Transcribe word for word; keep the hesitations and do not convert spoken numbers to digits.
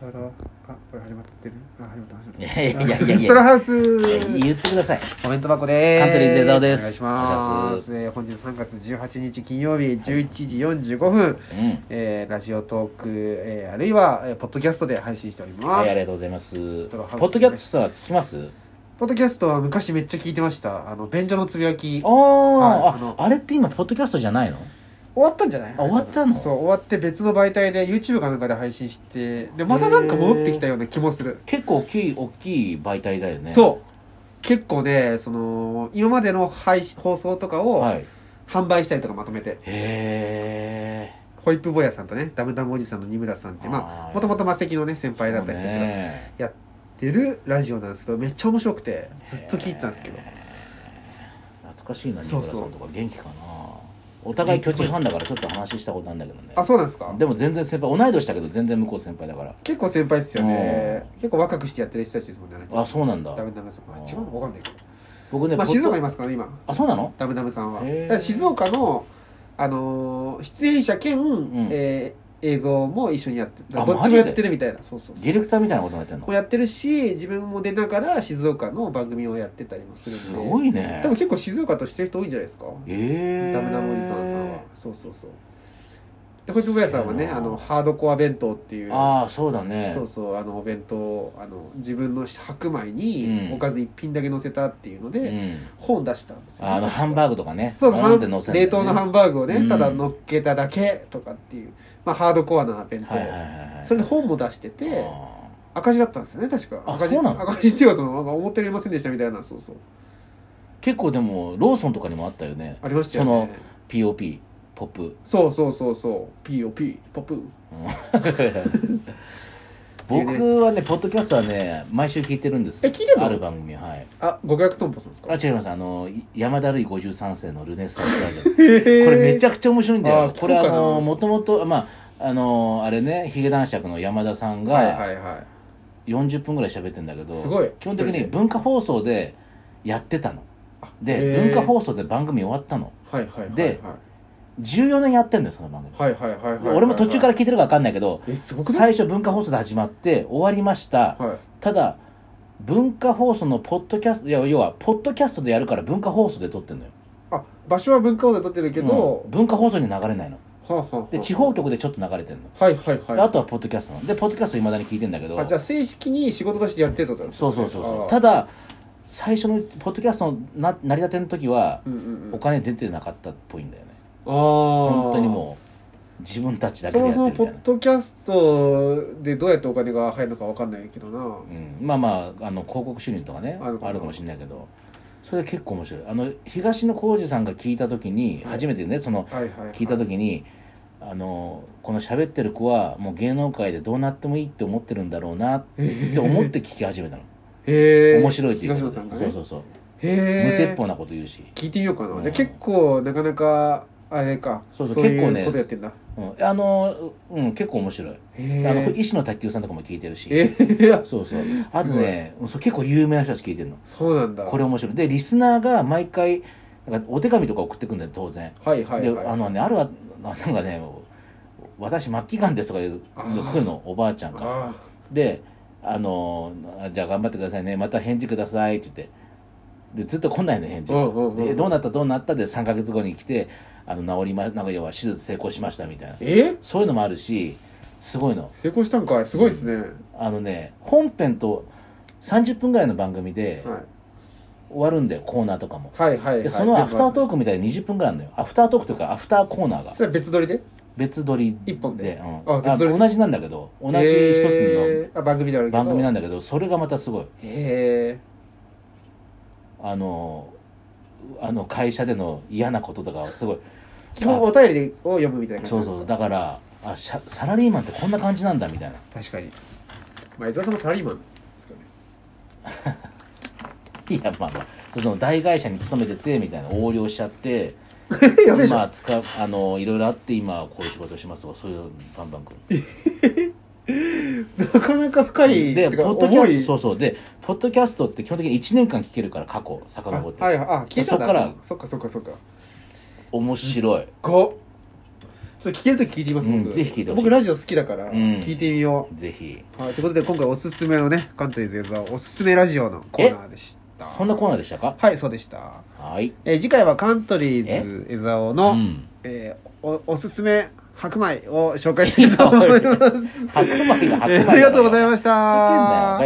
たら、あ、これ始まってる。あ、始まった始まった。 いやいやいやいやいやストラハウス言ってください。 コメント箱でーす。 カントリーズ江澤です。 お願いします。えー、本日さんがつじゅうはちにち金曜日じゅういちじよんじゅうごふん、 うん、 えー、ラジオトーク、えー、あるいは、えー、ポッドキャストで配信しております。 はい、ありがとうございます。ポッドキャストは聞きます？ ポッドキャストは昔めっちゃ聞いてました。あの便所のつぶやき。 あ、はい、あ、 あのあれって今ポッドキャストじゃないの？ 終わったんじゃない？ あ、終わったの？ そう、終わって別の媒体で YouTube かなんかで配信して、でまたなんか戻ってきたような気もする。 結構大きい大きい媒体だよね。 そう結構ね、その今までの配信放送とかを、はい、販売したりとかまとめて。へえ。 ホイップ坊やさんとね、ダムダムおじさんの二村さんって、まあもともとマセキのね先輩だった人たちがやってるラジオなんですけど、めっちゃ面白くてずっと聞いてたんですけど。 懐かしいな、二村さんとか元気かな。お互い巨人ファンだからちょっと話したことあるんだけどね。 あ、そうなんですか。 でも全然先輩、同い年だけど全然向こう先輩だから。 結構先輩ですよね。結構若くしてやってる人たちですもんね。 あ、そうなんだ。 ダムダムさん、まあ、違うの分かんないけど、 僕ね、 まあ、静岡いますからね今。 あ、そうなの？ ダムダムさんはだから静岡の、あのー、出演者兼、うん、えー映像も一緒にやってる。どっちもやってるみたいな。そうそうそう、 ディレクターみたいなこともやってるの？ もやってるし、自分も出ながら静岡の番組をやってたりもするんで。 すごいね。 多分結構静岡としてる人多いんじゃないですか。 えー、 ダムダムおじさんさんは。そうそうそう。でホイップ坊やさんはね、あのハードコア弁当っていう。 ああ、そうだね。 そうそう、あのお弁当、あの自分の白米におかず一品だけ乗せたっていうので、うん、本出したんですよ、ね、 あのハンバーグとかね。 そうそう、 ね、 冷凍のハンバーグをね、ただ乗っけただけとかっていう、まあハードコアな弁当、はいはいはいはい、それで本も出してて赤字だったんですよね確か。赤字、赤字っていうか、そのなんか思っておりませんでしたみたいな。そうそう、 結構でもローソンとかにもあったよね。 ありましたよね、 その ピーオーピー ポップ。 そうそうそうそう、 ピーオーピー ポップ僕はね、ポッドキャストはね毎週聞いてるんです。 え、聞いてんの？ ある番組。はい。 あ、極楽とんぼさんですか？ あ、違います。あの山田るいごじゅうさんせいのルネッサンスラジオこれめちゃくちゃ面白いんだよ。これあのもともとまああのあれね、ヒゲ男爵の山田さんがよんじゅっぷんぐらい喋ってんだけど、 すごい基本的に文化放送でやってたので、文化放送で番組終わったの。 はいはいはいはい、 でじゅうよねんやってんだよその番組。 はいはいはいはい、はい、 俺も途中から聞いてるか分かんないけど、 え、すごくない？ 最初文化放送で始まって終わりました、はい、ただ文化放送のポッドキャスト、いや要はポッドキャストでやるから文化放送で撮ってんのよ。 あ、場所は文化放送で撮ってるけど、 うん、文化放送に流れないの。はあはあはあ、で地方局でちょっと流れてんの。はいはいはい。であとはポッドキャストなので、ポッドキャストいまだに聞いてんだけど。 あ、じゃあ正式に仕事としてやってるってことなんですか？ そうそうそうそう。ただ最初のポッドキャストのな成り立ての時は、うんうんうん、お金出てなかったっぽいんだよね。あ、本当にもう自分たちだけでやってるみたいな。 そもそもポッドキャストでどうやってお金が入るのか分かんないけどな、うん、 まあまあ、あの広告収入とかねあるかもしれないけど、それ結構面白い。あの東野幸治さんが聞いた時に、はい、初めてねその、はいはいはい、聞いた時に、あのこの喋ってる子はもう芸能界でどうなってもいいって思ってるんだろうなって思って聞き始めたの。へえ、面白いっていうことで、東野さんがね、そうそうそう、へ無鉄砲なこと言うし、聞いてみようかな、うん、で結構なかなかあれか、 そうそう、結構ね、 ことやってんだ、 うん、あの、うん、結構面白い。あの石野卓球さんとかも聞いてるし、そうそう、あとね、そう結構有名な人たち聞いてるの。そうなんだ。これ面白い。でリスナーが毎回なんかお手紙とか送ってくるんだよ当然。はいはいはい。であのね、あるはなんかね、私末期がんですとかいうの来るの、おばあちゃんからで、あのじゃあ頑張ってくださいね、また返事くださいって言って、でずっと来ないの返事が。でどうなったどうなったでさんかげつごに来て、あの治りま、なんか要は手術成功しましたみたいな、えそういうのもあるし、すごいの。成功したんかい、すごいですね、うん、あのね、本編とさんじゅっぷんぐらいの番組で終わるんだよ、コーナーとかも。はいはいはい。でそのアフタートークみたいににじゅっぷんぐらいあるんだよ。アフタートークというかアフターコーナーが。それは別撮りで別撮りでいっぽんで、うん、ああ同じなんだけど、同じ一つの番組であるけど番組なんだけど、それがまたすごい。へえ。あのあの会社での嫌なこととかすごい、基本お便りを読むみたいな感じですか？そうそう、だからあサラリーマンってこんな感じなんだみたいな。確かに、まあ、江澤さんもサラリーマンですかねいやまあまあ、その大会社に勤めててみたいな、横領しちゃってまあ使う、あのいろいろあって今こういう仕事をしますとか、そういうバンバンくるなかなか深いで、ポッドキャスト、そうそうで、ポッドキャストって基本的にいちねんかん聞けるから、過去遡って、あ、はい、あ、聞いたんだ。そっからそっかそっかそっか、面白い。ごちょっと聞けるとき聞いてみます、僕、 うん、ぜひ聞いてほしい。 僕ラジオ好きだから聞いてみよう、 うん、ぜひ。 はい、ということで今回おすすめのねカントリーズ江澤おすすめラジオのコーナーでした。 そんなコーナーでしたか？ はいそうでした。 はい、 えー、次回はカントリーズ江澤の、うん、えー、お, おすすめ白米を紹介したいと思います。 白米が白米、 えー、ありがとうございました。